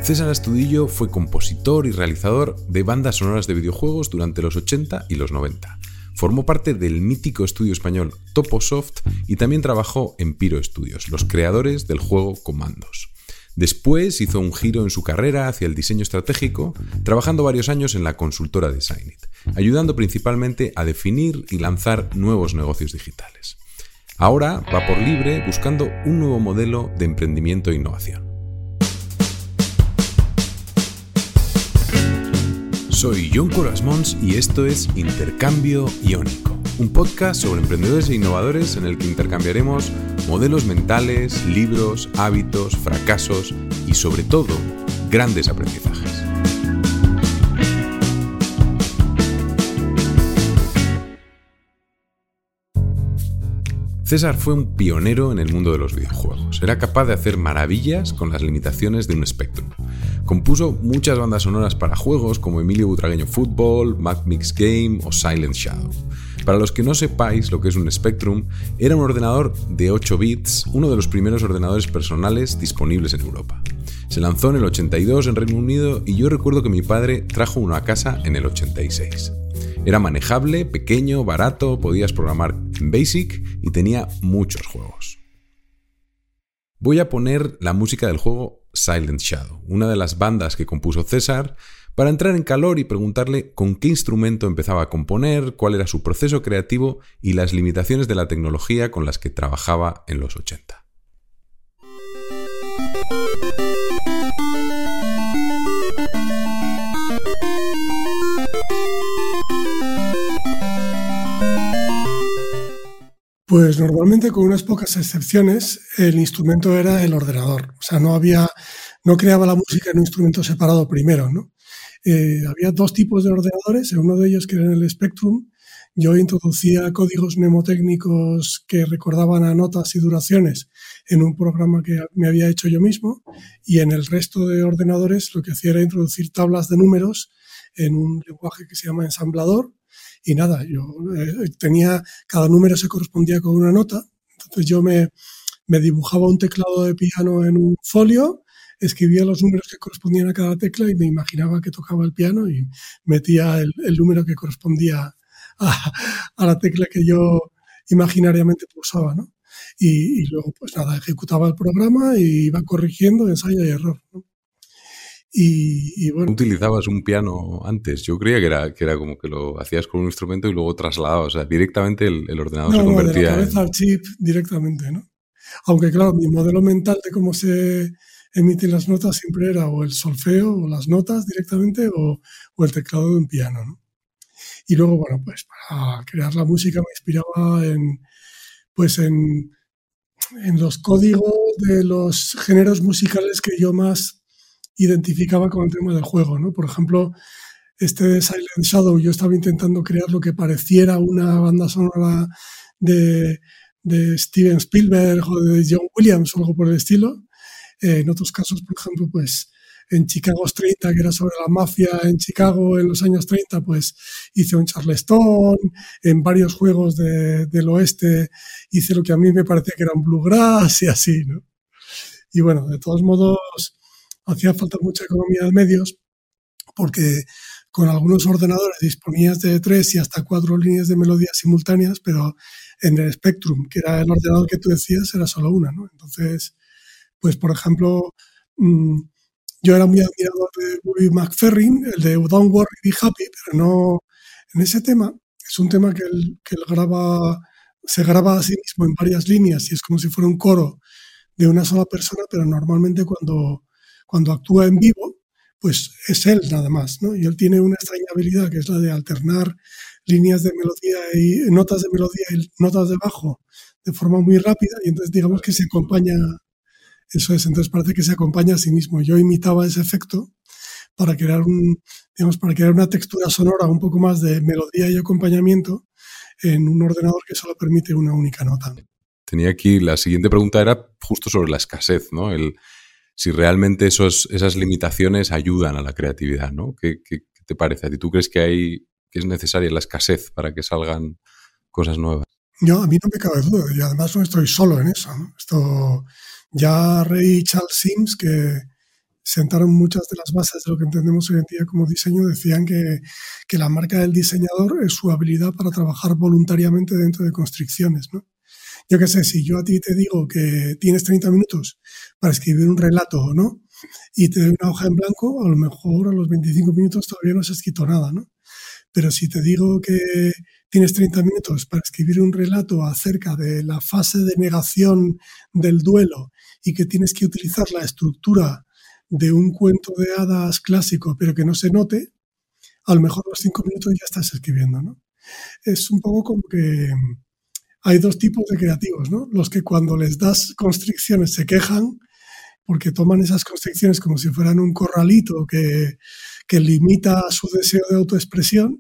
César Astudillo fue compositor y realizador de bandas sonoras de videojuegos durante los 80 y los 90. Formó parte del mítico estudio español Toposoft y también trabajó en Pyro Studios, los creadores del juego Commandos. Después hizo un giro en su carrera hacia el diseño estratégico, trabajando varios años en la consultora Designit, ayudando principalmente a definir y lanzar nuevos negocios digitales. Ahora va por libre buscando un nuevo modelo de emprendimiento e innovación. Soy Jon Corasmons y esto es Intercambio Iónico, un podcast sobre emprendedores e innovadores en el que intercambiaremos modelos mentales, libros, hábitos, fracasos y sobre todo, grandes aprendizajes. César fue un pionero en el mundo de los videojuegos. Era capaz de hacer maravillas con las limitaciones de un Spectrum. Compuso muchas bandas sonoras para juegos como Emilio Butragueño Fútbol, Mad Mix Game o Silent Shadow. Para los que no sepáis lo que es un Spectrum, era un ordenador de 8 bits, uno de los primeros ordenadores personales disponibles en Europa. Se lanzó en el 82 en Reino Unido y yo recuerdo que mi padre trajo uno a casa en el 86. Era manejable, pequeño, barato, podías programar en BASIC y tenía muchos juegos. Voy a poner la música del juego Silent Shadow, una de las bandas que compuso César, para entrar en calor y preguntarle con qué instrumento empezaba a componer, cuál era su proceso creativo y las limitaciones de la tecnología con las que trabajaba en los 80. Pues normalmente, con unas pocas excepciones, el instrumento era el ordenador. O sea, no creaba la música en un instrumento separado primero, ¿no? Había dos tipos de ordenadores, en uno de ellos, que era el Spectrum, yo introducía códigos mnemotécnicos que recordaban a notas y duraciones en un programa que me había hecho yo mismo, y en el resto de ordenadores lo que hacía era introducir tablas de números en un lenguaje que se llama ensamblador. Y nada, yo cada número se correspondía con una nota, entonces yo me dibujaba un teclado de piano en un folio, escribía los números que correspondían a cada tecla y me imaginaba que tocaba el piano y metía el número que correspondía a la tecla que yo imaginariamente pulsaba, ¿no? Y luego, pues nada, ejecutaba el programa y iba corrigiendo, ensayo y error, ¿no? Y bueno. ¿Utilizabas un piano antes? Yo creía que era como que lo hacías con un instrumento y luego trasladabas, o sea, directamente el ordenador se convertía de la cabeza al chip directamente, ¿no? Aunque claro, mi modelo mental de cómo se emiten las notas siempre era o el solfeo o las notas directamente o el teclado de un piano, ¿no? Y luego, bueno, pues para crear la música me inspiraba en los códigos de los géneros musicales que yo más identificaba con el tema del juego, ¿no? Por ejemplo, de Silent Shadow, yo estaba intentando crear lo que pareciera una banda sonora de Steven Spielberg o de John Williams o algo por el estilo. En otros casos, por ejemplo, pues en Chicago's 30, que era sobre la mafia en Chicago en los años 30, pues hice un Charleston. En varios juegos del oeste hice lo que a mí me parecía que era un bluegrass y así, ¿no? Y bueno, de todos modos, hacía falta mucha economía de medios porque con algunos ordenadores disponías de 3 y hasta 4 líneas de melodía simultáneas, pero en el Spectrum, que era el ordenador que tú decías, era solo una, ¿no? Entonces, pues por ejemplo, yo era muy admirador de Bobby McFerrin, el de Don't Worry, Be Happy, pero no en ese tema. Es un tema que él se graba a sí mismo en varias líneas y es como si fuera un coro de una sola persona, pero normalmente cuando actúa en vivo, pues es él nada más, ¿no? Y él tiene una extraña habilidad que es la de alternar líneas de melodía y notas de melodía y notas de bajo de forma muy rápida, y entonces digamos que se acompaña, eso es, entonces parece que se acompaña a sí mismo. Yo imitaba ese efecto para crear una textura sonora un poco más de melodía y acompañamiento en un ordenador que solo permite una única nota. Tenía aquí, la siguiente pregunta era justo sobre la escasez, ¿no? Si realmente esas limitaciones ayudan a la creatividad, ¿no? ¿Qué te parece a ti? ¿Tú crees que es necesaria la escasez para que salgan cosas nuevas? A mí no me cabe duda, y además no estoy solo en eso, ¿no? Ya Ray Charles Sims, que sentaron muchas de las bases de lo que entendemos hoy en día como diseño. Decían que la marca del diseñador es su habilidad para trabajar voluntariamente dentro de constricciones, ¿no? Yo qué sé, si yo a ti te digo que tienes 30 minutos para escribir un relato o no, y te doy una hoja en blanco, a lo mejor a los 25 minutos todavía no has escrito nada, ¿no? Pero si te digo que tienes 30 minutos para escribir un relato acerca de la fase de negación del duelo y que tienes que utilizar la estructura de un cuento de hadas clásico, pero que no se note, a lo mejor a los 5 minutos ya estás escribiendo, ¿no? Es un poco como que hay dos tipos de creativos, ¿no? Los que cuando les das constricciones se quejan porque toman esas constricciones como si fueran un corralito que limita su deseo de autoexpresión,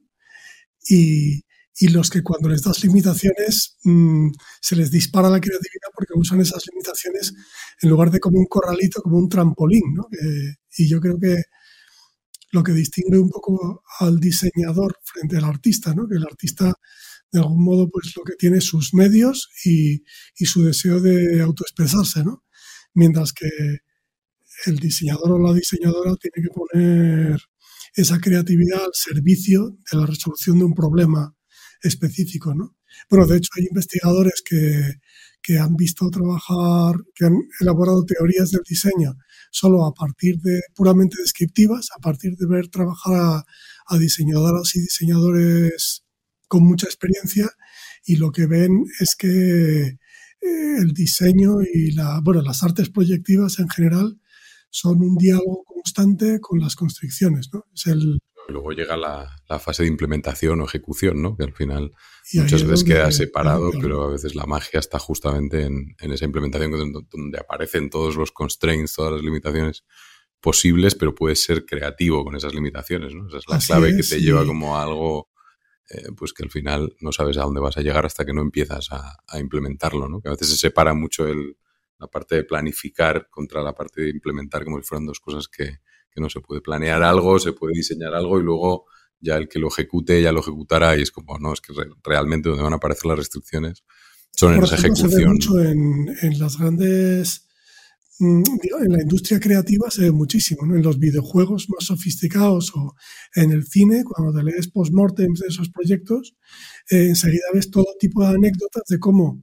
y los que cuando les das limitaciones se les dispara la creatividad porque usan esas limitaciones en lugar de como un corralito, como un trampolín, ¿no? Y yo creo que lo que distingue un poco al diseñador frente al artista, ¿no? Que el artista de algún modo pues lo que tiene es sus medios y su deseo de autoexpresarse, ¿no? Mientras que el diseñador o la diseñadora tiene que poner esa creatividad al servicio de la resolución de un problema específico, ¿no? Bueno, de hecho hay investigadores que han visto trabajar, que han elaborado teorías del diseño solo a partir de puramente descriptivas, a partir de ver trabajar a diseñadoras y diseñadores con mucha experiencia, y lo que ven es que el diseño y las artes proyectivas en general son un diálogo constante con las constricciones, ¿no? Luego llega la fase de implementación o ejecución, ¿no? Que al final muchas veces queda separado, claro. Pero a veces la magia está justamente en esa implementación donde aparecen todos los constraints, todas las limitaciones posibles, pero puedes ser creativo con esas limitaciones, ¿no? Esa es la clave que te lleva como a algo pues que al final no sabes a dónde vas a llegar hasta que no empiezas a implementarlo, ¿no? Que a veces se separa mucho la parte de planificar contra la parte de implementar, como si fueran dos cosas que no se puede planear algo, se puede diseñar algo y luego ya el que lo ejecute ya lo ejecutará, y es como, no, es que realmente donde van a aparecer las restricciones son en esa ejecución. Se ve mucho en las grandes, en la industria creativa se ve muchísimo, ¿no? En los videojuegos más sofisticados o en el cine, cuando te lees post-mortems de esos proyectos, enseguida ves todo tipo de anécdotas de cómo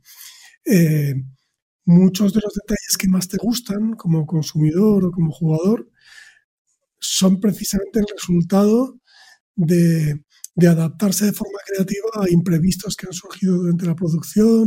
muchos de los detalles que más te gustan como consumidor o como jugador son precisamente el resultado de adaptarse de forma creativa a imprevistos que han surgido durante la producción.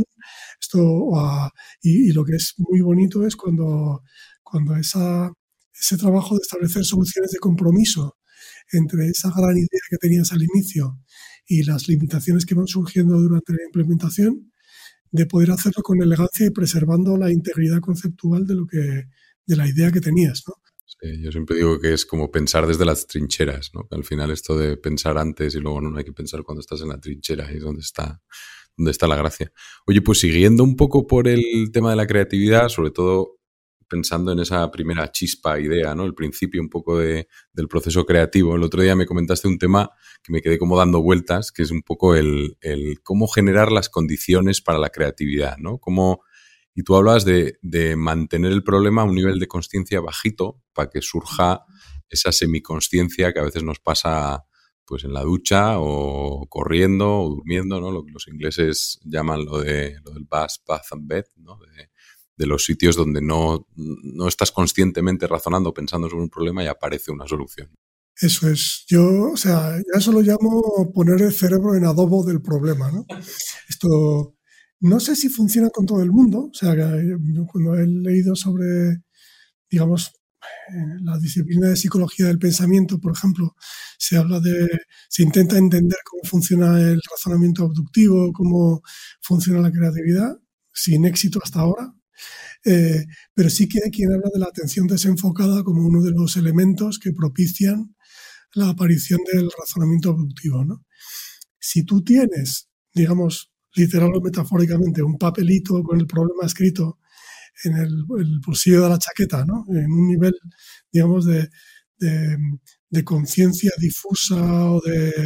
Y lo que es muy bonito es cuando ese trabajo de establecer soluciones de compromiso entre esa gran idea que tenías al inicio y las limitaciones que van surgiendo durante la implementación, de poder hacerlo con elegancia y preservando la integridad conceptual de la idea que tenías, ¿no? Sí, yo siempre digo que es como pensar desde las trincheras, ¿no? Que al final esto de pensar antes y luego no hay que pensar cuando estás en la trinchera, y es donde está la gracia. Oye, pues siguiendo un poco por el tema de la creatividad, sobre todo pensando en esa primera chispa idea, ¿no? El principio un poco del proceso creativo. El otro día me comentaste un tema que me quedé como dando vueltas, que es un poco el cómo generar las condiciones para la creatividad, ¿no? Y tú hablas de mantener el problema a un nivel de consciencia bajito para que surja esa semiconsciencia que a veces nos pasa pues en la ducha o corriendo o durmiendo, ¿no? Lo que los ingleses llaman lo del bath and bed, ¿no? De los sitios donde no estás conscientemente razonando, pensando sobre un problema y aparece una solución. Eso es. Yo eso lo llamo poner el cerebro en adobo del problema, ¿no? Esto no sé si funciona con todo el mundo. O sea, yo cuando he leído sobre, digamos, la disciplina de psicología del pensamiento, por ejemplo, se intenta entender cómo funciona el razonamiento abductivo, cómo funciona la creatividad, sin éxito hasta ahora. Pero sí que hay quien habla de la atención desenfocada como uno de los elementos que propician la aparición del razonamiento abductivo, ¿no? Si tú tienes, digamos, literal o metafóricamente, un papelito con el problema escrito en el bolsillo de la chaqueta, ¿no? En un nivel, digamos, de conciencia difusa o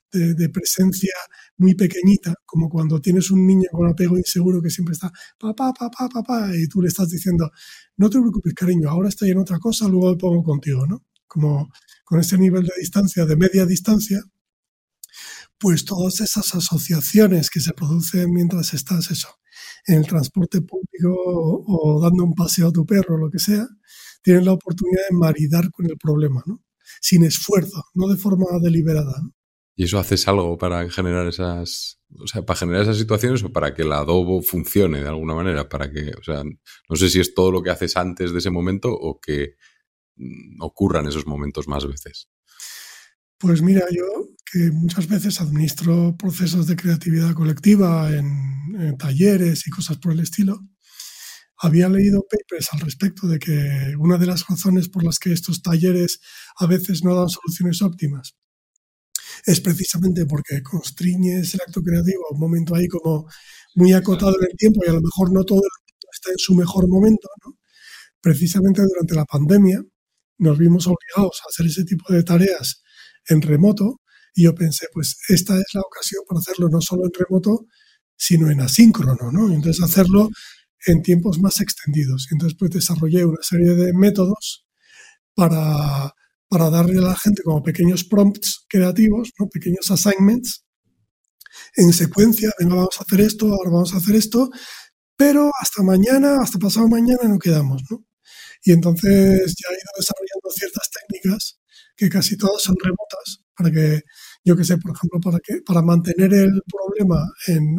de presencia muy pequeñita, como cuando tienes un niño con apego inseguro que siempre está papá, papá, papá, y tú le estás diciendo, no te preocupes, cariño, ahora estoy en otra cosa, luego me pongo contigo, ¿no? Como con ese nivel de distancia, de media distancia, pues todas esas asociaciones que se producen mientras estás en el transporte público o dando un paseo a tu perro o lo que sea, tienen la oportunidad de maridar con el problema, ¿no? Sin esfuerzo, no de forma deliberada, ¿no? ¿Y eso haces algo para generar esas situaciones o para que el adobo funcione de alguna manera? No sé si es todo lo que haces antes de ese momento o que ocurran esos momentos más veces. Pues mira, yo que muchas veces administro procesos de creatividad colectiva en talleres y cosas por el estilo, había leído papers al respecto de que una de las razones por las que estos talleres a veces no dan soluciones óptimas es precisamente porque constriñes el acto creativo a un momento ahí como muy acotado en el tiempo y a lo mejor no todo el mundo está en su mejor momento, ¿no? Precisamente durante la pandemia nos vimos obligados a hacer ese tipo de tareas en remoto y yo pensé, pues esta es la ocasión para hacerlo no solo en remoto, sino en asíncrono, ¿no? Entonces hacerlo en tiempos más extendidos. Entonces pues desarrollé una serie de métodos para darle a la gente como pequeños prompts creativos, ¿no? Pequeños assignments en secuencia, venga, vamos a hacer esto, ahora vamos a hacer esto, pero hasta mañana, hasta pasado mañana no quedamos, ¿no? Y entonces ya he ido desarrollando ciertas técnicas que casi todas son remotas para que, yo que sé, por ejemplo, para mantener el problema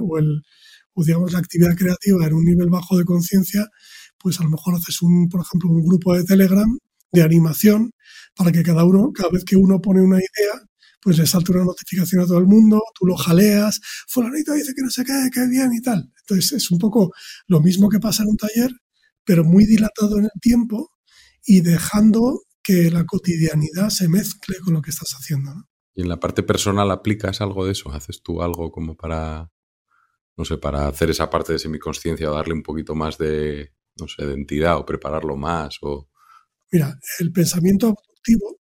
o digamos la actividad creativa en un nivel bajo de conciencia, pues a lo mejor haces por ejemplo, un grupo de Telegram de animación para que cada vez que uno pone una idea, pues le salta una notificación a todo el mundo, tú lo jaleas, fulanito dice que no sé qué bien y tal. Entonces es un poco lo mismo que pasa en un taller, pero muy dilatado en el tiempo y dejando que la cotidianidad se mezcle con lo que estás haciendo, ¿no? ¿Y en la parte personal aplicas algo de eso? ¿Haces tú algo como para, no sé, para hacer esa parte de semiconsciencia o darle un poquito más de, no sé, de entidad o prepararlo más? Mira, el pensamiento abductivo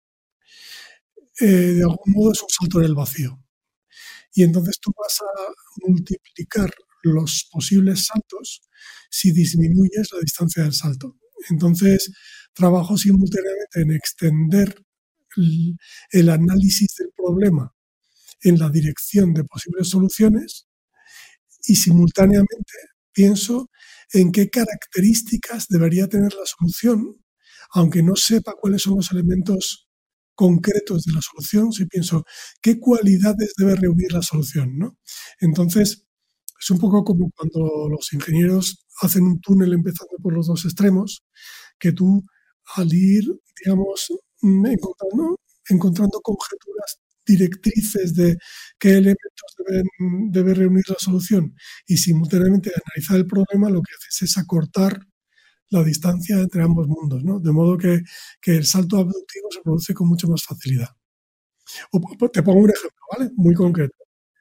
de algún modo es un salto en el vacío. Y entonces tú vas a multiplicar los posibles saltos si disminuyes la distancia del salto. Entonces, trabajo simultáneamente en extender el análisis del problema en la dirección de posibles soluciones y simultáneamente pienso en qué características debería tener la solución, aunque no sepa cuáles son los elementos concretos de la solución, si pienso qué cualidades debe reunir la solución, ¿no? Entonces, es un poco como cuando los ingenieros hacen un túnel empezando por los dos extremos, que tú al ir, digamos, encontrando conjeturas directrices de qué elementos debe reunir la solución y simultáneamente analizar el problema, lo que haces es acortar la distancia entre ambos mundos, ¿no? De modo que el salto abductivo se produce con mucha más facilidad. Te pongo un ejemplo, ¿vale? Muy concreto.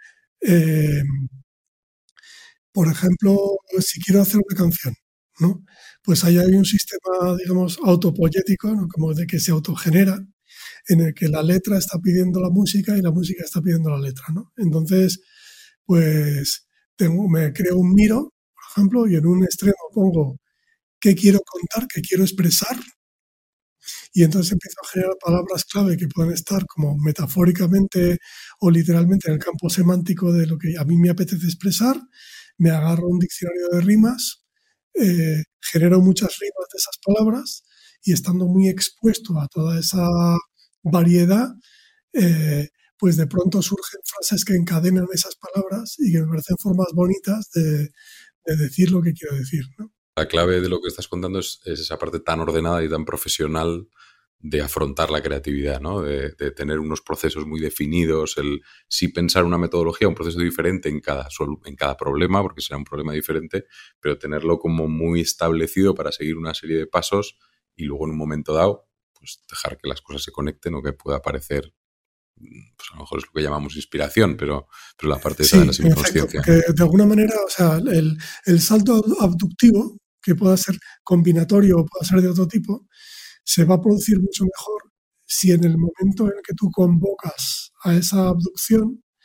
Por ejemplo, si quiero hacer una canción, ¿no? Pues ahí hay un sistema, digamos, autopoyético, ¿no? Como de que se autogenera, en el que la letra está pidiendo la música y la música está pidiendo la letra, ¿no? Entonces, pues me creo un miro, por ejemplo, y en un extremo pongo qué quiero contar, qué quiero expresar, y entonces empiezo a generar palabras clave que pueden estar como metafóricamente o literalmente en el campo semántico de lo que a mí me apetece expresar, me agarro un diccionario de rimas, genero muchas rimas de esas palabras y estando muy expuesto a toda esa variedad, pues de pronto surgen frases que encadenan esas palabras y que me parecen formas bonitas de decir lo que quiero decir, ¿no? La clave de lo que estás contando es esa parte tan ordenada y tan profesional de afrontar la creatividad, ¿no? De tener unos procesos muy definidos, el sí pensar una metodología, un proceso diferente en cada problema, porque será un problema diferente, pero tenerlo como muy establecido para seguir una serie de pasos y luego en un momento dado, pues dejar que las cosas se conecten o que pueda parecer, pues a lo mejor es lo que llamamos inspiración, pero la parte esa de la semiconsciencia. Porque de alguna manera, o sea, el salto abductivo, que pueda ser combinatorio o pueda ser de otro tipo, se va a producir mucho mejor si en el momento en el que tú convocas a esa abducción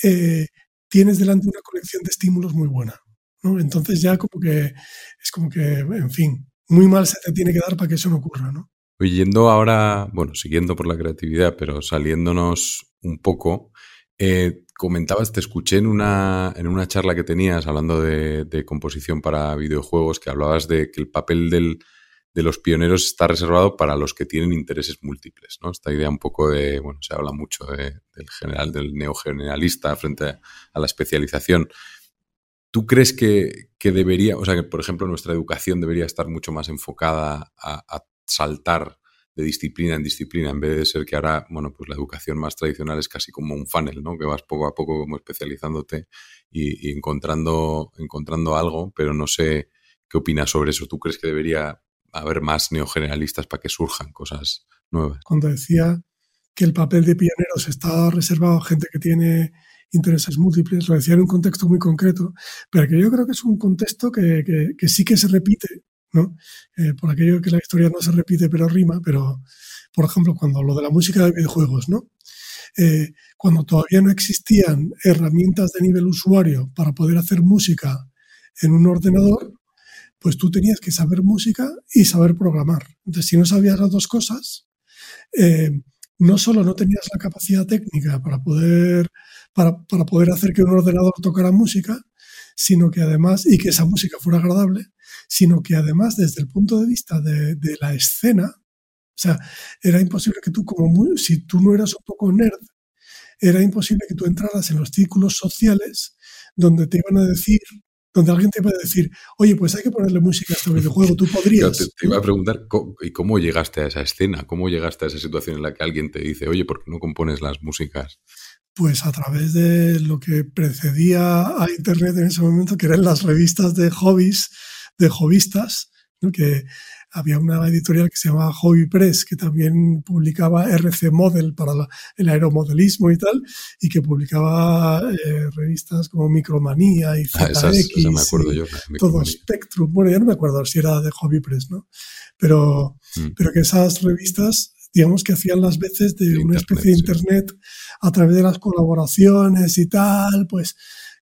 tienes delante una colección de estímulos muy buena, ¿no? Entonces ya es como que, en fin, muy mal se te tiene que dar para que eso no ocurra, ¿no? Yendo ahora, bueno, siguiendo por la creatividad, pero saliéndonos un poco, comentabas, te escuché en una charla que tenías hablando de composición para videojuegos, que hablabas de que el papel de los pioneros está reservado para los que tienen intereses múltiples, ¿no? Esta idea un poco de, bueno, se habla mucho del neogeneralista frente a la especialización. ¿Tú crees que debería, o sea, que por ejemplo nuestra educación debería estar mucho más enfocada a saltar de disciplina en disciplina, en vez de ser que ahora, bueno, pues la educación más tradicional es casi como un funnel, ¿no? Que vas poco a poco como especializándote y encontrando algo, pero no sé qué opinas sobre eso. ¿Tú crees que debería haber más neogeneralistas para que surjan cosas nuevas? Cuando decía que el papel de pioneros está reservado a gente que tiene intereses múltiples, lo decía en un contexto muy concreto, pero que yo creo que es un contexto que sí que se repite, ¿no? Por aquello que la historia no se repite pero rima, pero por ejemplo cuando lo de la música de videojuegos, ¿no? Cuando todavía no existían herramientas de nivel usuario para poder hacer música en un ordenador, pues tú tenías que saber música y saber programar. Entonces, si no sabías las dos cosas, no solo no tenías la capacidad técnica para poder hacer que un ordenador tocara música, sino que además, y que esa música fuera agradable, sino que además desde el punto de vista de la escena, o sea, era imposible que tú, si tú no eras un poco nerd, era imposible que tú entraras en los círculos sociales donde alguien te iba a decir, oye, pues hay que ponerle música a este videojuego, tú podrías. Te iba a preguntar, ¿y cómo llegaste a esa escena? ¿Cómo llegaste a esa situación en la que alguien te dice, oye, ¿por qué no compones las músicas? Pues a través de lo que precedía a Internet en ese momento, que eran las revistas de hobbies, de hobbyistas, ¿no? Que había una editorial que se llamaba Hobby Press, que también publicaba RC Model para el aeromodelismo y tal, y que publicaba revistas como Micromanía y ZX, esa me acuerdo yo, todo Spectrum. Bueno, ya no me acuerdo si era de Hobby Press, ¿no? Pero que esas revistas, digamos que hacían las veces de una especie de Internet a través de las colaboraciones y tal, pues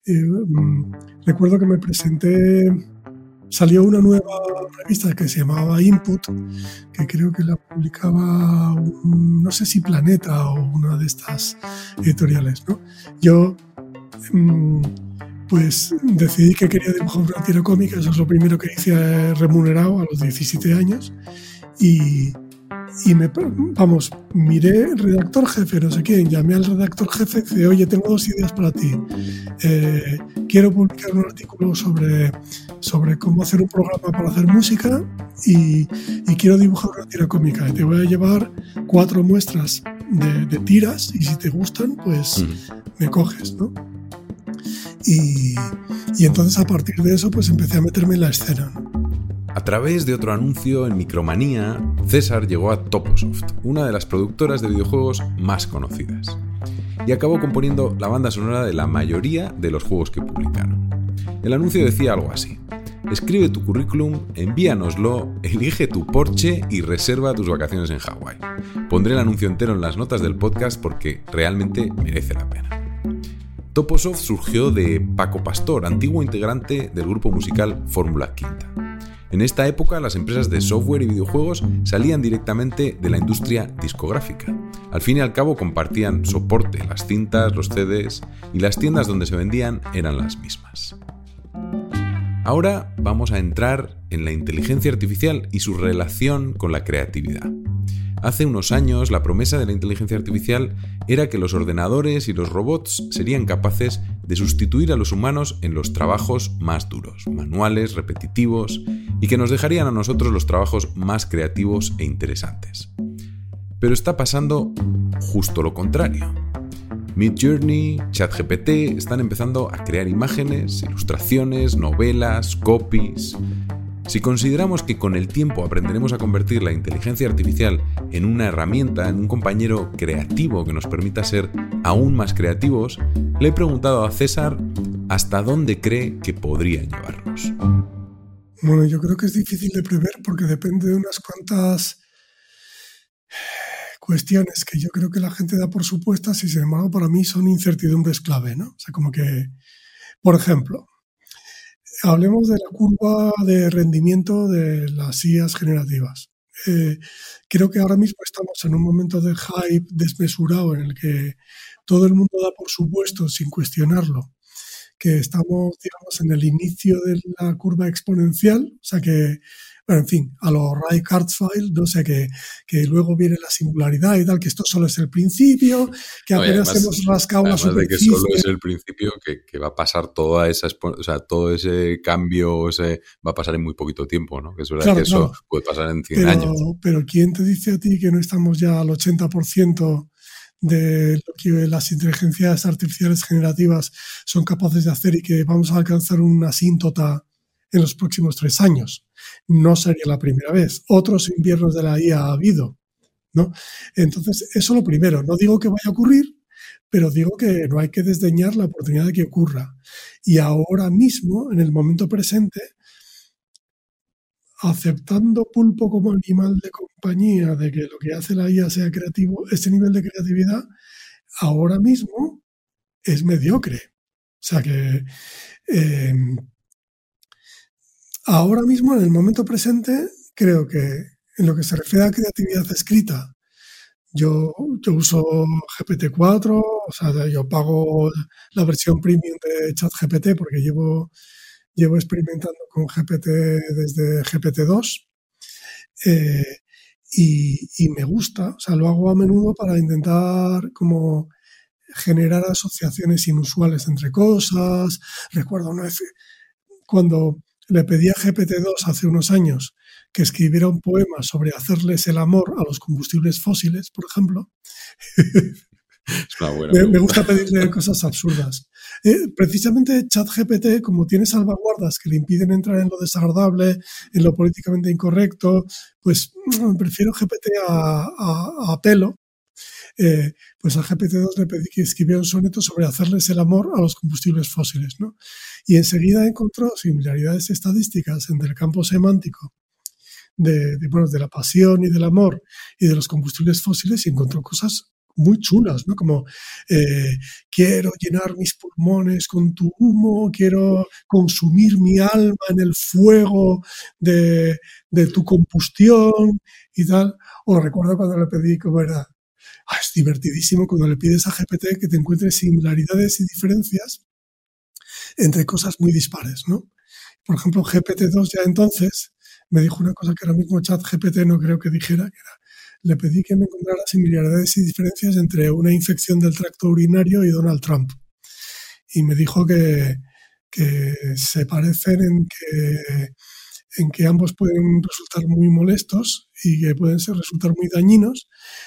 recuerdo que me presenté, salió una nueva revista que se llamaba Input, que creo que la publicaba, no sé si Planeta o una de estas editoriales, ¿no? Yo pues decidí que quería dibujar una tira cómica, eso es lo primero que hice remunerado a los 17 años, y miré redactor jefe, no sé quién, llamé al redactor jefe y dije, oye, tengo 2 ideas para ti. Quiero publicar un artículo sobre cómo hacer un programa para hacer música y quiero dibujar una tira cómica. Y te voy a llevar 4 muestras de tiras y si te gustan, pues me coges, ¿no? Y entonces a partir de eso, pues empecé a meterme en la escena, ¿no? A través de otro anuncio en Micromanía, César llegó a Toposoft, una de las productoras de videojuegos más conocidas, y acabó componiendo la banda sonora de la mayoría de los juegos que publicaron. El anuncio decía algo así: escribe tu currículum, envíanoslo, elige tu Porsche y reserva tus vacaciones en Hawái. Pondré el anuncio entero en las notas del podcast porque realmente merece la pena. Toposoft surgió de Paco Pastor, antiguo integrante del grupo musical Fórmula Quinta. En esta época, las empresas de software y videojuegos salían directamente de la industria discográfica. Al fin y al cabo compartían soporte, las cintas, los CDs, y las tiendas donde se vendían eran las mismas. Ahora vamos a entrar en la inteligencia artificial y su relación con la creatividad. Hace unos años, la promesa de la inteligencia artificial era que los ordenadores y los robots serían capaces de sustituir a los humanos en los trabajos más duros, manuales, repetitivos, y que nos dejarían a nosotros los trabajos más creativos e interesantes. Pero está pasando justo lo contrario. Midjourney, ChatGPT están empezando a crear imágenes, ilustraciones, novelas, copies. Si consideramos que con el tiempo aprenderemos a convertir la inteligencia artificial en una herramienta, en un compañero creativo que nos permita ser aún más creativos, le he preguntado a César hasta dónde cree que podría llevarnos. Bueno, yo creo que es difícil de prever porque depende de unas cuantas cuestiones que yo creo que la gente da por supuestas y sin embargo para mí son incertidumbres clave, ¿no? O sea, como que, por ejemplo, hablemos de la curva de rendimiento de las IAs generativas. Creo que ahora mismo estamos en un momento de hype desmesurado en el que todo el mundo da por supuesto, sin cuestionarlo, que estamos, digamos, en el inicio de la curva exponencial, o sea que, bueno, en fin, a los Ray Kurzweil, no sé, que luego viene la singularidad y tal, que esto solo es el principio, que apenas además, hemos rascado la además de que superficie. solo es el principio, que va a pasar toda esa, o sea, todo ese cambio va a pasar en muy poquito tiempo, ¿no? Que es verdad Claro, que eso claro. puede pasar en 100 años. Pero ¿quién te dice a ti que no estamos ya al 80% de lo que las inteligencias artificiales generativas son capaces de hacer y que vamos a alcanzar una asíntota en los próximos 3 años? No sería la primera vez. Otros inviernos de la IA ha habido, ¿no? Entonces, eso lo primero. No digo que vaya a ocurrir, pero digo que no hay que desdeñar la oportunidad de que ocurra. Y ahora mismo, en el momento presente, aceptando pulpo como animal de compañía de que lo que hace la IA sea creativo, este nivel de creatividad ahora mismo es mediocre. O sea que ahora mismo, en el momento presente, creo que en lo que se refiere a creatividad escrita, yo uso GPT-4, o sea, yo pago la versión premium de ChatGPT porque llevo experimentando con GPT desde GPT-2 y me gusta, o sea, lo hago a menudo para intentar como generar asociaciones inusuales entre cosas. Recuerdo una vez cuando le pedí a GPT-2 hace unos años que escribiera un poema sobre hacerles el amor a los combustibles fósiles, por ejemplo. Es una buena me gusta pedirle cosas absurdas. Precisamente ChatGPT, como tiene salvaguardas que le impiden entrar en lo desagradable, en lo políticamente incorrecto, pues prefiero GPT a pelo. Pues al GPT-2 le pedí que escribiera un soneto sobre hacerles el amor a los combustibles fósiles, ¿no? Y enseguida encontró similaridades estadísticas entre el campo semántico de la pasión y del amor y de los combustibles fósiles y encontró cosas muy chulas, ¿no? Como quiero llenar mis pulmones con tu humo, quiero consumir mi alma en el fuego de tu combustión y tal. O recuerdo cuando le pedí cómo era. Es divertidísimo cuando le pides a GPT que te encuentre similaridades y diferencias entre cosas muy dispares, ¿no? Por ejemplo, GPT-2 ya entonces me dijo una cosa que ahora mismo ChatGPT no creo que dijera, que era, le pedí que me encontrara similaridades y diferencias entre una infección del tracto urinario y Donald Trump. Y me dijo que se parecen en que ambos pueden resultar muy molestos y que pueden resultar muy dañinos,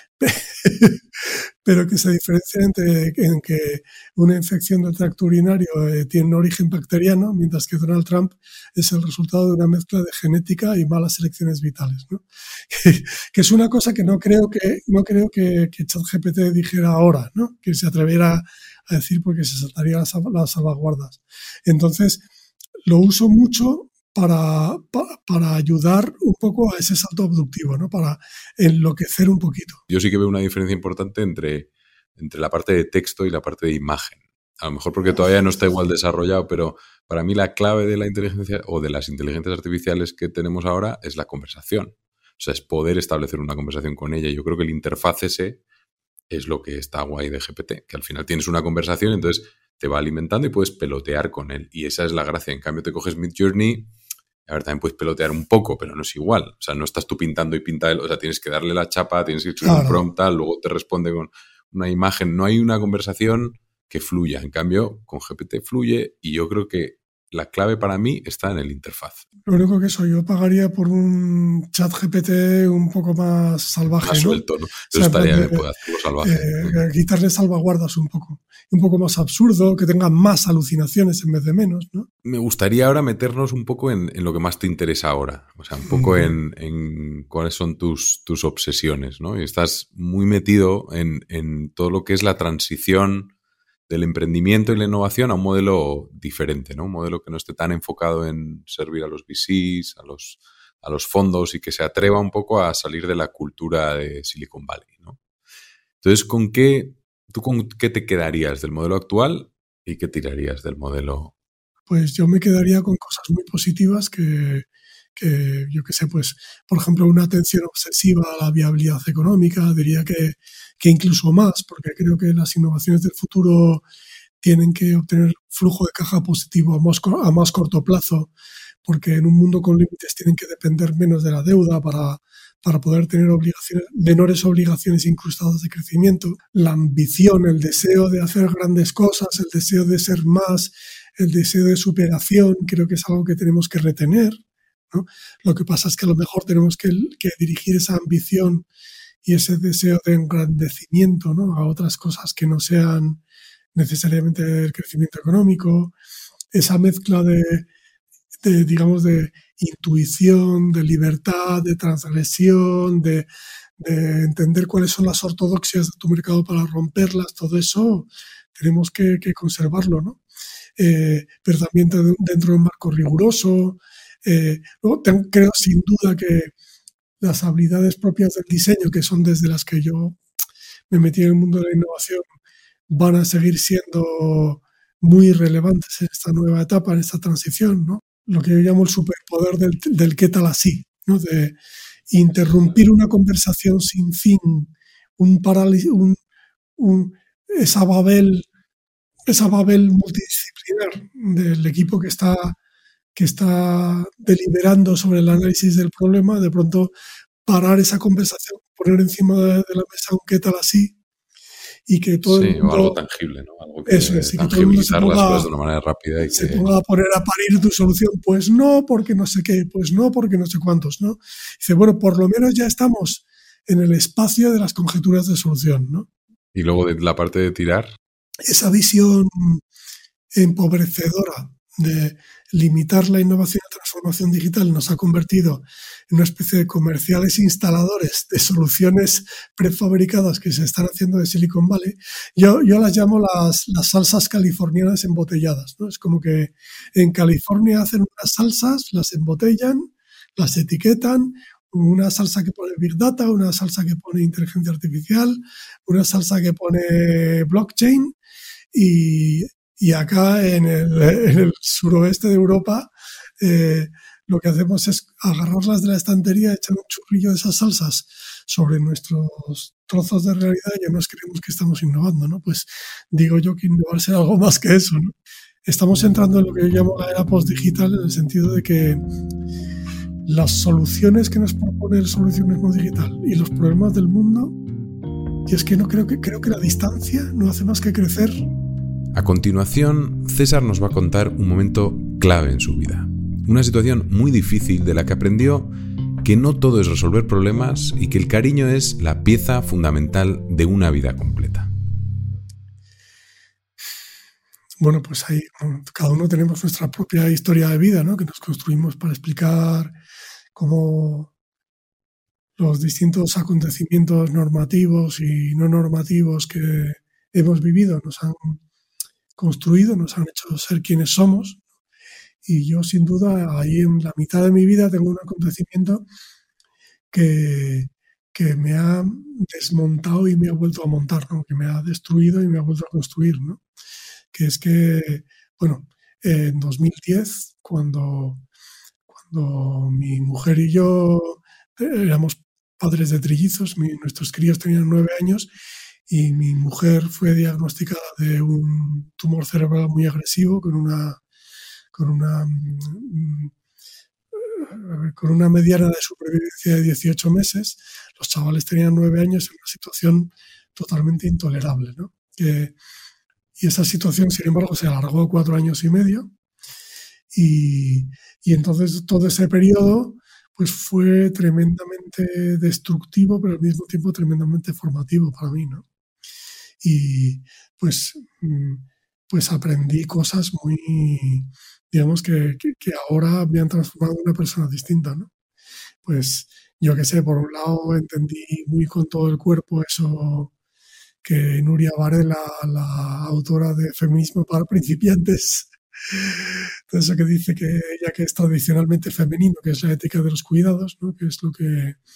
pero que se diferencia en que una infección del tracto urinario tiene un origen bacteriano, mientras que Donald Trump es el resultado de una mezcla de genética y malas elecciones vitales, ¿no? Que es una cosa que no creo que ChatGPT dijera ahora, ¿no? Que se atreviera a decir porque se saltaría las salvaguardas. Entonces, lo uso mucho para ayudar un poco a ese salto abductivo, ¿no? Para enloquecer un poquito. Yo sí que veo una diferencia importante entre la parte de texto y la parte de imagen. A lo mejor porque todavía no está igual desarrollado, pero para mí la clave de la inteligencia o de las inteligencias artificiales que tenemos ahora es la conversación. O sea, es poder establecer una conversación con ella. Yo creo que el interfaz ese es lo que está guay de GPT, que al final tienes una conversación, entonces te va alimentando y puedes pelotear con él. Y esa es la gracia. En cambio, te coges Midjourney. A ver, también puedes pelotear un poco, pero no es igual. O sea, no estás tú pintando y pinta él. O sea, tienes que darle la chapa, tienes que escribir un prompt, tal, luego te responde con una imagen. No hay una conversación que fluya. En cambio, con GPT fluye y yo creo que la clave para mí está en el interfaz. Lo único que yo pagaría por un chat GPT un poco más salvaje, más suelto, ¿no? Eso estaría bien, poder hacerlo salvaje. Quitarle salvaguardas un poco más absurdo, que tenga más alucinaciones en vez de menos, ¿no? Me gustaría ahora meternos un poco en lo que más te interesa ahora, o sea, un poco en cuáles son tus obsesiones, ¿no? Y estás muy metido en todo lo que es la transición del emprendimiento y la innovación a un modelo diferente, ¿no? Un modelo que no esté tan enfocado en servir a los VCs, a los fondos y que se atreva un poco a salir de la cultura de Silicon Valley, ¿no? Entonces, ¿tú con qué te quedarías del modelo actual y qué tirarías del modelo? Pues yo me quedaría con cosas muy positivas que yo qué sé, pues, por ejemplo, una atención obsesiva a la viabilidad económica, diría que incluso más, porque creo que las innovaciones del futuro tienen que obtener flujo de caja positivo a más corto plazo, porque en un mundo con límites tienen que depender menos de la deuda para poder tener menores obligaciones incrustadas de crecimiento. La ambición, el deseo de hacer grandes cosas, el deseo de ser más, el deseo de superación, creo que es algo que tenemos que retener, ¿no? Lo que pasa es que a lo mejor tenemos que dirigir esa ambición y ese deseo de engrandecimiento, ¿no?, a otras cosas que no sean necesariamente el crecimiento económico, esa mezcla digamos, de intuición, de libertad, de transgresión, de entender cuáles son las ortodoxias de tu mercado para romperlas, todo eso tenemos que conservarlo, ¿no? Pero también dentro de un marco riguroso. Luego creo sin duda que las habilidades propias del diseño, que son desde las que yo me metí en el mundo de la innovación, van a seguir siendo muy relevantes en esta nueva etapa, en esta transición, ¿no? Lo que yo llamo el superpoder del qué tal así, ¿no? De interrumpir una conversación sin fin, un parálisis, esa Babel multidisciplinar del equipo que está deliberando sobre el análisis del problema, de pronto parar esa conversación, poner encima de la mesa un qué tal así, y que todo el mundo... o algo tangible, ¿no? Algo que eso es, y que tangibilizar las cosas de una manera rápida. Se ponga a poner a parir tu solución. Pues no, porque no sé qué, pues no, porque no sé cuántos, ¿no? Dice, bueno, por lo menos ya estamos en el espacio de las conjeturas de solución, ¿no? Y luego de la parte de tirar. Esa visión empobrecedora de limitar la innovación y transformación digital nos ha convertido en una especie de comerciales instaladores de soluciones prefabricadas que se están haciendo de Silicon Valley. Yo las llamo las salsas californianas embotelladas, ¿no? Es como que en California hacen unas salsas, las embotellan, las etiquetan, una salsa que pone Big Data, una salsa que pone inteligencia artificial, una salsa que pone blockchain, y acá en el suroeste de Europa lo que hacemos es agarrarlas de la estantería, echar un churrillo de esas salsas sobre nuestros trozos de realidad y ya nos creemos que estamos innovando, ¿no? Pues digo yo que innovar será algo más que eso, ¿no? Estamos entrando en lo que yo llamo la era post-digital, en el sentido de que las soluciones que nos propone el solucionismo digital y los problemas del mundo, y es que creo que la distancia no hace más que crecer. A continuación, César nos va a contar un momento clave en su vida. Una situación muy difícil de la que aprendió que no todo es resolver problemas y que el cariño es la pieza fundamental de una vida completa. Bueno, pues ahí cada uno tenemos nuestra propia historia de vida, ¿no?, que nos construimos para explicar cómo los distintos acontecimientos normativos y no normativos que hemos vivido nos han construido, nos han hecho ser quienes somos. Y yo, sin duda, ahí en la mitad de mi vida tengo un acontecimiento que me ha desmontado y me ha vuelto a montar, ¿no?, que me ha destruido y me ha vuelto a construir, ¿no? Que es que, bueno, en 2010, cuando mi mujer y yo éramos padres de trillizos, nuestros críos tenían 9 años, y mi mujer fue diagnosticada de un tumor cerebral muy agresivo con una mediana de supervivencia de 18 meses. Los chavales tenían 9 años, en una situación totalmente intolerable, ¿no? Y esa situación, sin embargo, se alargó 4 años y medio. Y entonces todo ese periodo pues fue tremendamente destructivo, pero al mismo tiempo tremendamente formativo para mí, ¿no? Y pues aprendí cosas muy, digamos, que ahora me han transformado en una persona distinta, ¿no? Pues yo qué sé, por un lado entendí muy con todo el cuerpo eso que Nuria Varela, la autora de Feminismo para principiantes, eso que dice que ella, que es tradicionalmente femenino, que es la ética de los cuidados, ¿no?, que es lo que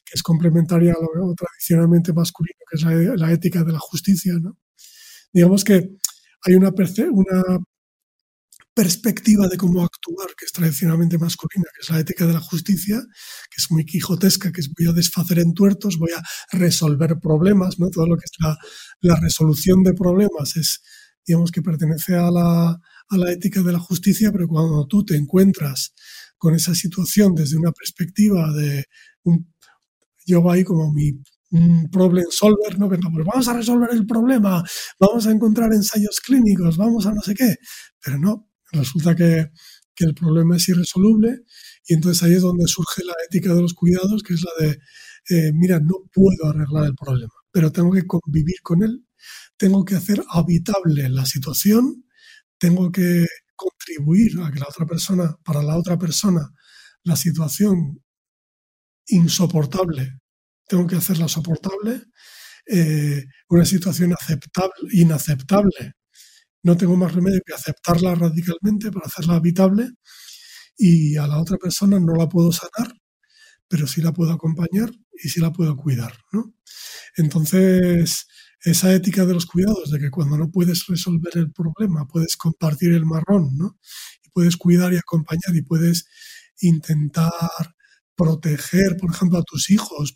que es complementaria a lo tradicionalmente masculino, que es la ética de la justicia, ¿no? Digamos que hay una perspectiva de cómo actuar, que es tradicionalmente masculina, que es la ética de la justicia, que es muy quijotesca, que es voy a desfacer entuertos, voy a resolver problemas, ¿no? Todo lo que es la resolución de problemas es, digamos, que pertenece a la ética de la justicia, pero cuando tú te encuentras con esa situación desde una perspectiva de yo ahí como un problem solver, ¿no? Venga, pues vamos a resolver el problema, vamos a encontrar ensayos clínicos, vamos a no sé qué, pero no. Resulta que el problema es irresoluble y entonces ahí es donde surge la ética de los cuidados, que es la de, mira, no puedo arreglar el problema, pero tengo que convivir con él, tengo que hacer habitable la situación, tengo que contribuir a que para la otra persona, la situación insoportable, tengo que hacerla soportable, una situación inaceptable, no tengo más remedio que aceptarla radicalmente para hacerla habitable y a la otra persona no la puedo sanar, pero sí la puedo acompañar y sí la puedo cuidar, ¿no? Entonces, esa ética de los cuidados, de que cuando no puedes resolver el problema, puedes compartir el marrón, ¿no? Y puedes cuidar y acompañar y puedes intentar proteger, por ejemplo, a tus hijos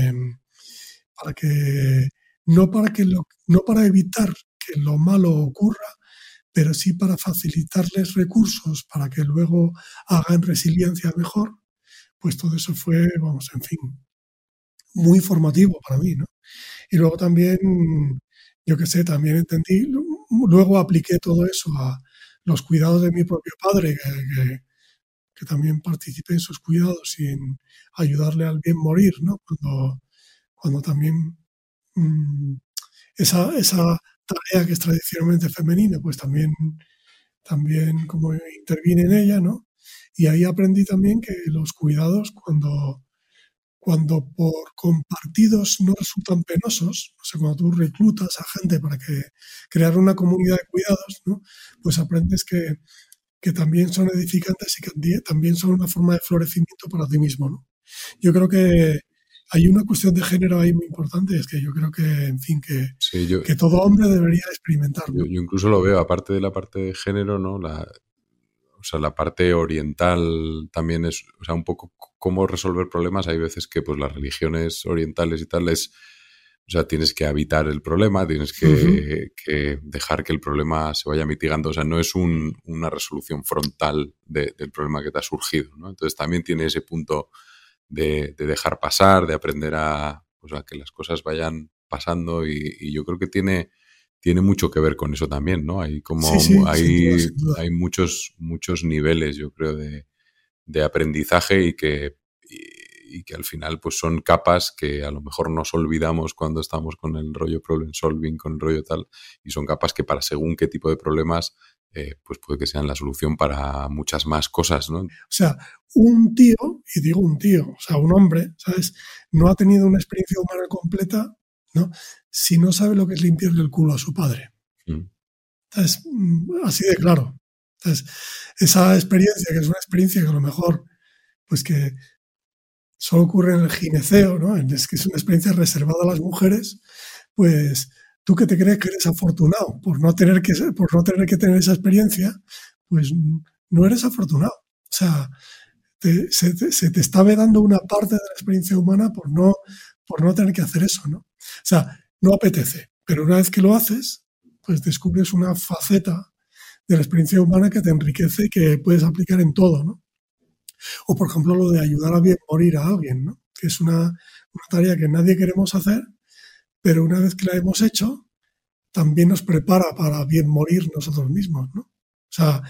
no para evitar que lo malo ocurra, pero sí para facilitarles recursos para que luego hagan resiliencia mejor, pues todo eso fue, vamos, en fin, muy formativo para mí, ¿no? Y luego también, yo qué sé, también entendí, luego apliqué todo eso a los cuidados de mi propio padre, que también participé en sus cuidados y en ayudarle al bien morir, ¿no? Cuando también esa tarea que es tradicionalmente femenina, pues también como interviene en ella, ¿no? Y ahí aprendí también que los cuidados, cuando por compartidos no resultan penosos, o sea, cuando tú reclutas a gente para crear una comunidad de cuidados, ¿no? Pues aprendes que también son edificantes y que también son una forma de florecimiento para ti mismo, ¿no? Yo creo que hay una cuestión de género ahí muy importante, es que yo creo que, en fin, que todo hombre debería experimentar, ¿no? Yo incluso lo veo, aparte de la parte de género, ¿no? O sea, la parte oriental también es, o sea, un poco cómo resolver problemas. Hay veces que pues las religiones orientales y tal o sea, tienes que habitar el problema, tienes que dejar que el problema se vaya mitigando. O sea, no es una resolución frontal del problema que te ha surgido, ¿no? Entonces también tiene ese punto de dejar pasar, de aprender a que las cosas vayan pasando y yo creo que tiene mucho que ver con eso también, ¿no? Hay como Sí, hay sin duda. hay muchos niveles, yo creo, de aprendizaje y que al final pues son capas que a lo mejor nos olvidamos cuando estamos con el rollo problem solving, con el rollo tal, y son capas que para según qué tipo de problemas pues puede que sean la solución para muchas más cosas, ¿no? O sea, un tío, y digo un tío, o sea, un hombre, ¿sabes? No ha tenido una experiencia humana completa, ¿no? Si no sabe lo que es limpiarle el culo a su padre. ¿Sabes? Así de claro. Entonces, esa experiencia, que es una experiencia que a lo mejor, pues que solo ocurre en el gineceo, ¿no? Es que es una experiencia reservada a las mujeres, pues tú que te crees que eres afortunado por no tener que tener esa experiencia, pues no eres afortunado. O sea, se te está vedando una parte de la experiencia humana por no tener que hacer eso, ¿no? O sea, no apetece, pero una vez que lo haces, pues descubres una faceta de la experiencia humana que te enriquece y que puedes aplicar en todo, ¿no? O, por ejemplo, lo de ayudar a bien morir a alguien, ¿no? Que es una tarea que nadie queremos hacer, pero una vez que la hemos hecho, también nos prepara para bien morir nosotros mismos, ¿no? O sea,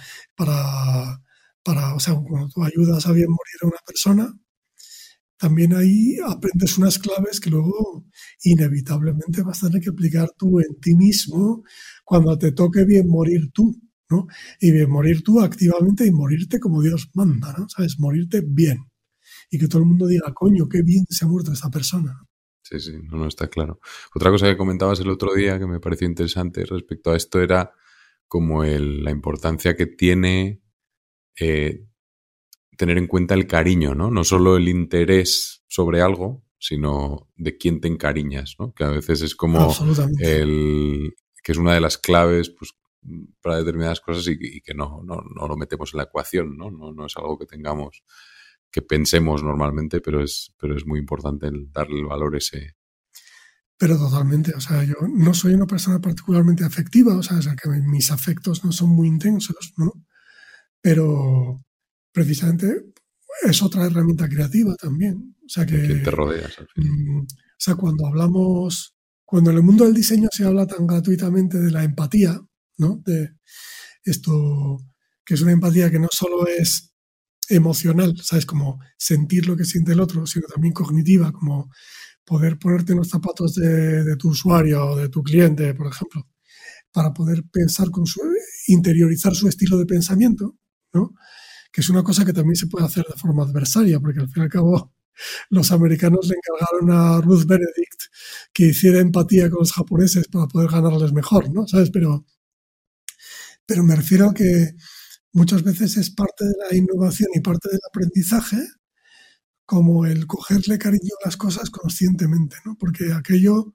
o sea, cuando tú ayudas a bien morir a una persona, también ahí aprendes unas claves que luego inevitablemente vas a tener que aplicar tú en ti mismo cuando te toque bien morir tú, ¿no? Y bien morir tú activamente y morirte como Dios manda, ¿no? ¿Sabes? Morirte bien. Y que todo el mundo diga, coño, qué bien se ha muerto esta persona. Sí, no, está claro. Otra cosa que comentabas el otro día que me pareció interesante respecto a esto era como la importancia que tiene tener en cuenta el cariño, ¿no? No solo el interés sobre algo, sino de quién te encariñas, ¿no? Que a veces es como Absolutamente. que es una de las claves, pues, para determinadas cosas y que no lo metemos en la ecuación, ¿no? No es algo que tengamos, que pensemos normalmente, pero es muy importante darle el valor ese. Pero totalmente, o sea, yo no soy una persona particularmente afectiva, o sea que mis afectos no son muy intensos, ¿no? Pero precisamente es otra herramienta creativa también. O sea De quién te que, rodeas al final. o sea, cuando en el mundo del diseño se habla tan gratuitamente de la empatía, ¿no? De esto, que es una empatía que no solo es emocional, ¿sabes? Como sentir lo que siente el otro, sino también cognitiva, como poder ponerte en los zapatos de tu usuario o de tu cliente, por ejemplo, para poder pensar interiorizar su estilo de pensamiento, ¿no? Que es una cosa que también se puede hacer de forma adversaria, porque al fin y al cabo los americanos le encargaron a Ruth Benedict que hiciera empatía con los japoneses para poder ganarles mejor, ¿no? ¿Sabes? Pero me refiero a que muchas veces es parte de la innovación y parte del aprendizaje como el cogerle cariño a las cosas conscientemente, ¿no? Porque aquello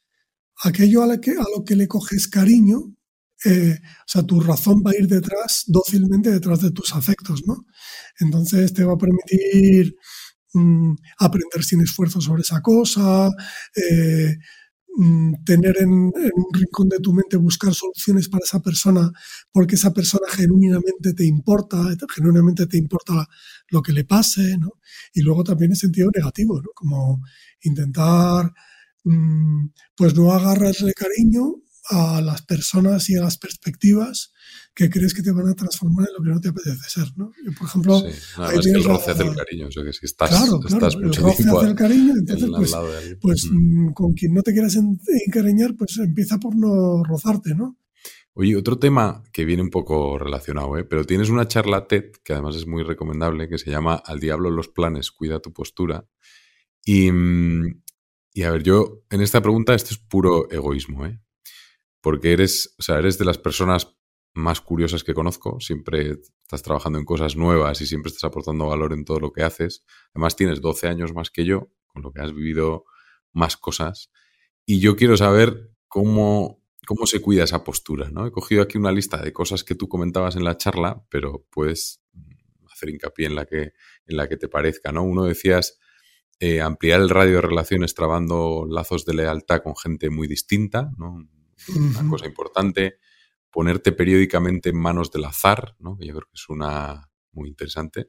a lo que le coges cariño, o sea, tu razón va a ir dócilmente detrás de tus afectos, ¿no? Entonces te va a permitir aprender sin esfuerzo sobre esa cosa, tener en un rincón de tu mente, buscar soluciones para esa persona, porque esa persona genuinamente te importa lo que le pase, ¿no? Y luego también en sentido negativo, ¿no? Como intentar, pues no agarrarle cariño a las personas y a las perspectivas que crees que te van a transformar en lo que no te apetece ser, ¿no? Yo, por ejemplo, Sí, ahí es que el tienes roce hace el cariño, o sea que si estás, Claro, mucho el roce tiempo hace el cariño, entonces al lado de alguien. con quien no te quieras encariñar, pues empieza por no rozarte, ¿no? Oye, otro tema que viene un poco relacionado, pero tienes una charla TED, que además es muy recomendable, que se llama Al diablo los planes, cuida tu postura. Y a ver, yo en esta pregunta esto es puro egoísmo, porque eres de las personas más curiosas que conozco, siempre estás trabajando en cosas nuevas y siempre estás aportando valor en todo lo que haces. Además tienes 12 años más que yo, con lo que has vivido más cosas. Y yo quiero saber cómo se cuida esa postura, ¿no? He cogido aquí una lista de cosas que tú comentabas en la charla, pero puedes hacer hincapié en la que te parezca, ¿no? Uno decías ampliar el radio de relaciones trabando lazos de lealtad con gente muy distinta, ¿no? Una cosa importante. Ponerte periódicamente en manos del azar, ¿no? Que yo creo que es una muy interesante.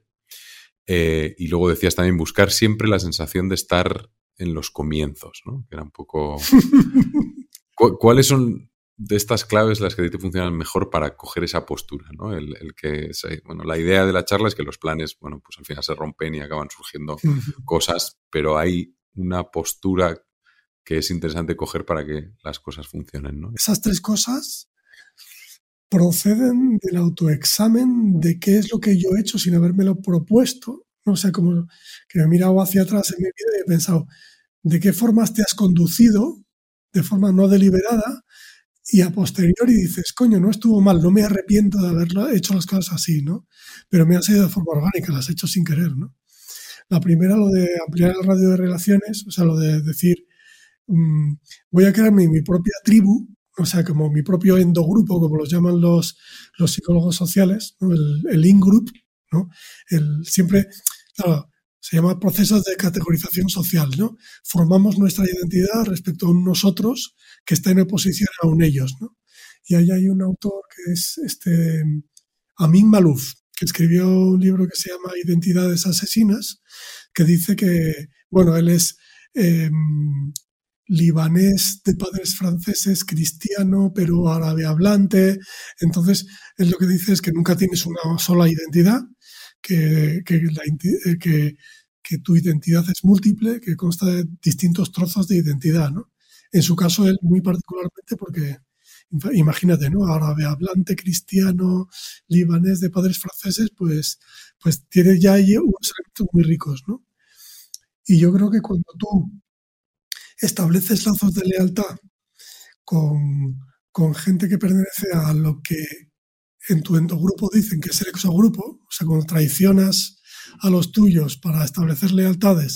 Y luego decías también buscar siempre la sensación de estar en los comienzos, ¿no? Que era un poco... ¿Cuáles son de estas claves las que a ti te funcionan mejor para coger esa postura, ¿no? La idea de la charla es que los planes, bueno, pues al final se rompen y acaban surgiendo cosas, pero hay una postura que es interesante coger para que las cosas funcionen, ¿no? Esas tres cosas proceden del autoexamen de qué es lo que yo he hecho sin habérmelo propuesto, ¿no? O sea, como que me he mirado hacia atrás en mi vida y he pensado, ¿de qué formas te has conducido de forma no deliberada? Y a posteriori dices, coño, no estuvo mal, no me arrepiento de haber hecho las cosas así, ¿no? Pero me han salido de forma orgánica, las he hecho sin querer, ¿no? La primera, lo de ampliar el radio de relaciones, o sea, lo de decir, voy a crearme mi propia tribu, o sea, como mi propio endogrupo, como los llaman los psicólogos sociales, ¿no? El in-group, ¿no? Siempre, claro, se llama procesos de categorización social, ¿no? Formamos nuestra identidad respecto a un nosotros que está en oposición a un ellos, ¿no? Y ahí hay un autor que es Amin Malouf, que escribió un libro que se llama Identidades Asesinas, que dice que, bueno, él es libanés de padres franceses, cristiano, pero árabe hablante. Entonces, él lo que dice es que nunca tienes una sola identidad, que tu identidad es múltiple, que consta de distintos trozos de identidad, ¿no? En su caso, él muy particularmente porque, imagínate, ¿no? Árabe hablante, cristiano, libanés de padres franceses, pues tiene ya ahí unos elementos muy ricos, ¿no? Y yo creo que cuando tú estableces lazos de lealtad con gente que pertenece a lo que en tu endogrupo dicen que es el exogrupo, o sea, cuando traicionas a los tuyos para establecer lealtades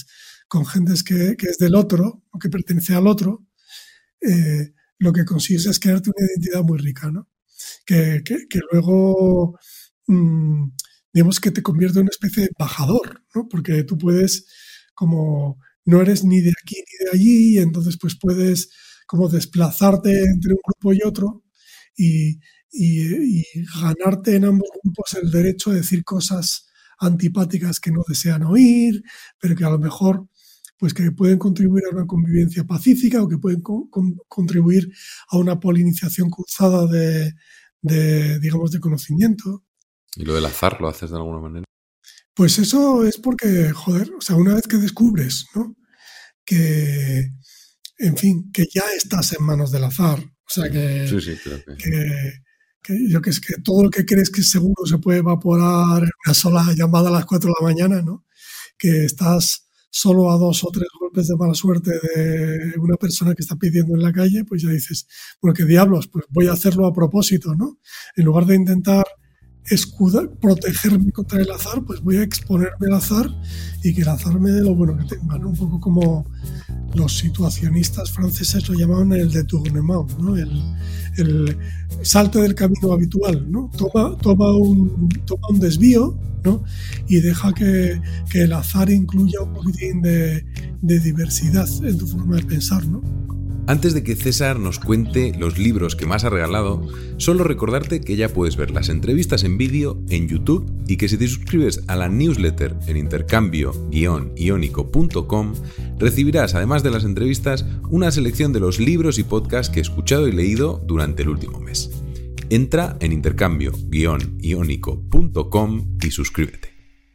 con gente que es del otro, o que pertenece al otro, lo que consigues es crearte una identidad muy rica, ¿no? Que luego, digamos que te convierte en una especie de embajador, ¿no? Porque tú puedes, como no eres ni de aquí ni de allí, entonces pues puedes como desplazarte entre un grupo y otro y ganarte en ambos grupos el derecho a decir cosas antipáticas que no desean oír, pero que a lo mejor pues que pueden contribuir a una convivencia pacífica o que pueden contribuir a una polinización cruzada digamos, de conocimiento. ¿Y lo del azar lo haces de alguna manera? Pues eso es porque, joder, o sea, una vez que descubres, ¿no? Que, en fin, que ya estás en manos del azar. O sea, Sí, claro que todo lo que crees que seguro se puede evaporar en una sola llamada a las 4 de la mañana, ¿no? Que estás solo a 2 o 3 golpes de mala suerte de una persona que está pidiendo en la calle, pues ya dices, bueno, qué diablos, pues voy a hacerlo a propósito, ¿no? En lugar de intentar protegerme contra el azar, pues voy a exponerme al azar y que el azar me dé lo bueno que tenga, ¿no? Un poco como los situacionistas franceses lo llamaban el détournement, ¿no? El salte del camino habitual, ¿no? Toma un desvío, ¿no? Y deja que el azar incluya un poquitín de diversidad en tu forma de pensar, ¿no? Antes de que César nos cuente los libros que más ha regalado, solo recordarte que ya puedes ver las entrevistas en vídeo en YouTube y que si te suscribes a la newsletter en intercambio-iónico.com recibirás, además de las entrevistas, una selección de los libros y podcasts que he escuchado y leído durante el último mes. Entra en intercambio-iónico.com y suscríbete.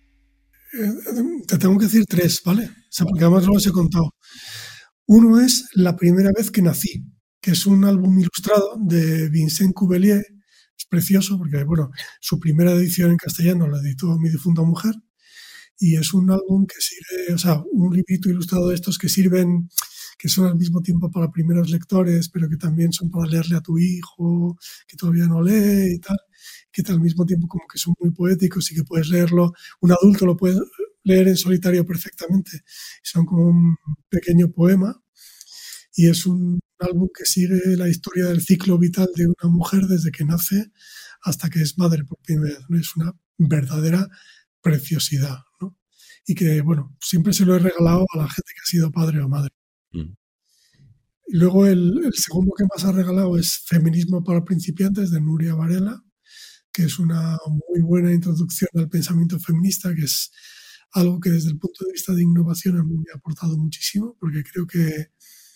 Te tengo que decir 3, ¿vale? O sea, porque además no los he contado. Uno es La primera vez que nací, que es un álbum ilustrado de Vincent Cubelier. Es precioso porque, bueno, su primera edición en castellano la editó mi difunta mujer y es un álbum que sirve, o sea, un librito ilustrado de estos que sirven, que son al mismo tiempo para primeros lectores, pero que también son para leerle a tu hijo, que todavía no lee y tal, que al mismo tiempo como que son muy poéticos y que puedes leerlo, un adulto lo puede leer en solitario perfectamente. Son como un pequeño poema y es un álbum que sigue la historia del ciclo vital de una mujer desde que nace hasta que es madre por primera vez, ¿no? Es una verdadera preciosidad, ¿no? Y que, bueno, siempre se lo he regalado a la gente que ha sido padre o madre. Y luego el segundo que más ha regalado es Feminismo para principiantes, de Nuria Varela, que es una muy buena introducción al pensamiento feminista, que es algo que desde el punto de vista de innovación a mí me ha aportado muchísimo, porque creo que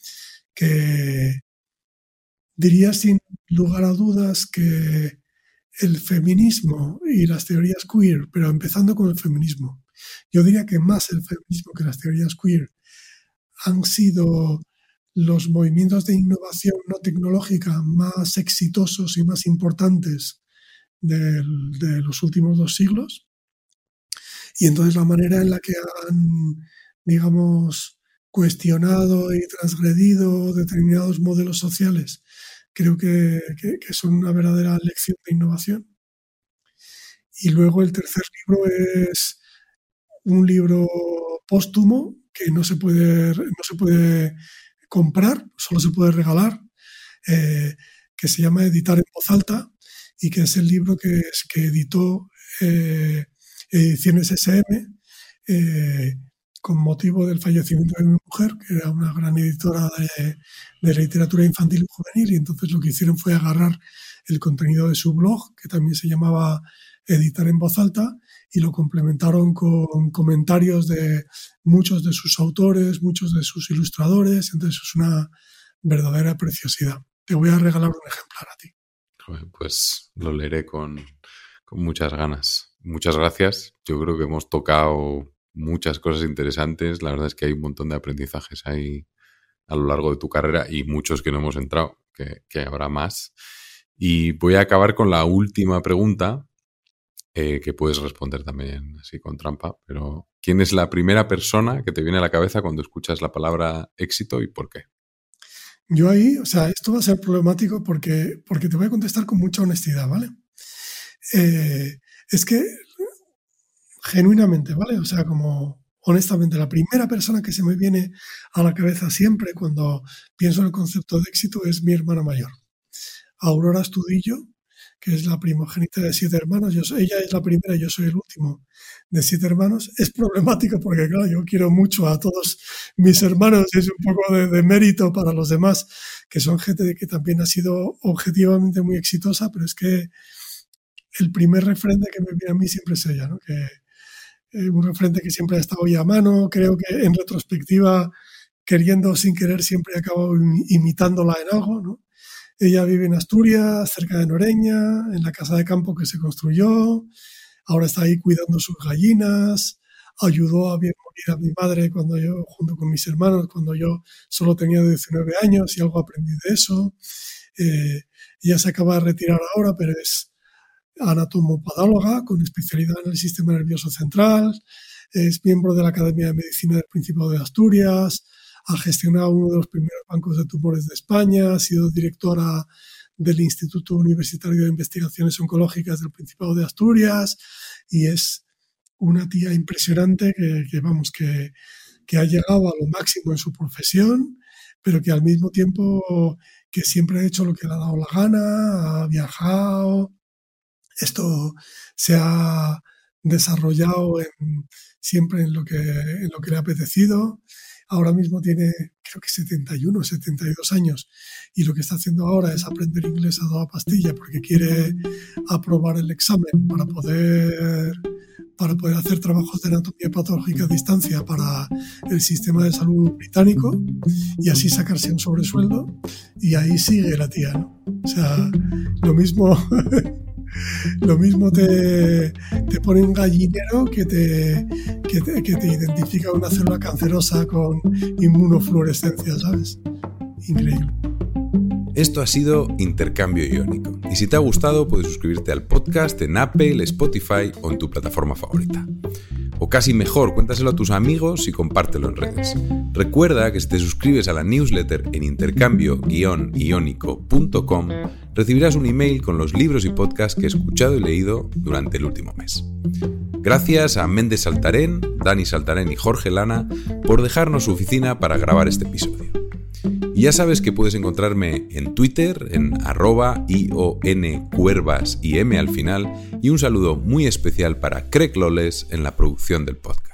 diría sin lugar a dudas que el feminismo y las teorías queer, pero empezando con el feminismo, yo diría que más el feminismo que las teorías queer han sido los movimientos de innovación no tecnológica más exitosos y más importantes de los últimos 2 siglos. Y entonces la manera en la que han, digamos, cuestionado y transgredido determinados modelos sociales, creo que son una verdadera lección de innovación. Y luego el tercer libro es un libro póstumo que no se puede comprar, solo se puede regalar, que se llama Editar en voz alta y que es el libro que editó Ediciones SM con motivo del fallecimiento de mi mujer, que era una gran editora de literatura infantil y juvenil, y entonces lo que hicieron fue agarrar el contenido de su blog, que también se llamaba Editar en voz alta, y lo complementaron con comentarios de muchos de sus autores, muchos de sus ilustradores. Entonces es una verdadera preciosidad. Te voy a regalar un ejemplar a ti. Pues lo leeré con muchas ganas. Muchas gracias. Yo creo que hemos tocado muchas cosas interesantes. La verdad es que hay un montón de aprendizajes ahí a lo largo de tu carrera y muchos que no hemos entrado, que habrá más. Y voy a acabar con la última pregunta, que puedes responder también así con trampa, pero ¿quién es la primera persona que te viene a la cabeza cuando escuchas la palabra éxito y por qué? Yo ahí, o sea, esto va a ser problemático porque te voy a contestar con mucha honestidad, ¿vale? Es que, genuinamente, ¿vale? O sea, como honestamente, la primera persona que se me viene a la cabeza siempre cuando pienso en el concepto de éxito es mi hermana mayor, Aurora Astudillo, que es la primogénita de 7 hermanos. Ella es la primera, yo soy el último de 7 hermanos. Es problemático porque, claro, yo quiero mucho a todos mis hermanos. Es un poco de mérito para los demás, que son gente que también ha sido objetivamente muy exitosa, pero es que el primer referente que me viene a mí siempre es ella, ¿no? Un referente que siempre ha estado ahí a mano. Creo que en retrospectiva, queriendo o sin querer, siempre he acabado imitándola en algo, ¿no? Ella vive en Asturias, cerca de Noreña, en la casa de campo que se construyó. Ahora está ahí cuidando sus gallinas. Ayudó a bien morir a mi madre junto con mis hermanos, cuando yo solo tenía 19 años y algo aprendí de eso. Ella se acaba de retirar ahora, pero es anatomopodóloga con especialidad en el sistema nervioso central. Es miembro de la Academia de Medicina del Principado de Asturias. Ha gestionado uno de los primeros bancos de tumores de España, ha sido directora del Instituto Universitario de Investigaciones Oncológicas del Principado de Asturias y es una tía impresionante que ha llegado a lo máximo en su profesión, pero que al mismo tiempo que siempre ha hecho lo que le ha dado la gana, ha viajado. Esto se ha desarrollado siempre en lo que le ha apetecido. Ahora mismo tiene, creo que 71 o 72 años y lo que está haciendo ahora es aprender inglés a toda pastilla porque quiere aprobar el examen para poder hacer trabajos de anatomía patológica a distancia para el sistema de salud británico y así sacarse un sobresueldo y ahí sigue la tía, ¿no? O sea, lo mismo te pone un gallinero que te identifica una célula cancerosa con inmunofluorescencia, ¿sabes? Increíble. Esto ha sido Intercambio Iónico. Y si te ha gustado, puedes suscribirte al podcast en Apple, Spotify o en tu plataforma favorita. O casi mejor, cuéntaselo a tus amigos y compártelo en redes. Recuerda que si te suscribes a la newsletter en intercambio-iónico.com, recibirás un email con los libros y podcasts que he escuchado y leído durante el último mes. Gracias a Méndez Saltarén, Dani Saltarén y Jorge Lana por dejarnos su oficina para grabar este episodio. Y ya sabes que puedes encontrarme en Twitter, en @IONCuervas y M al final, y un saludo muy especial para Craig Loles en la producción del podcast.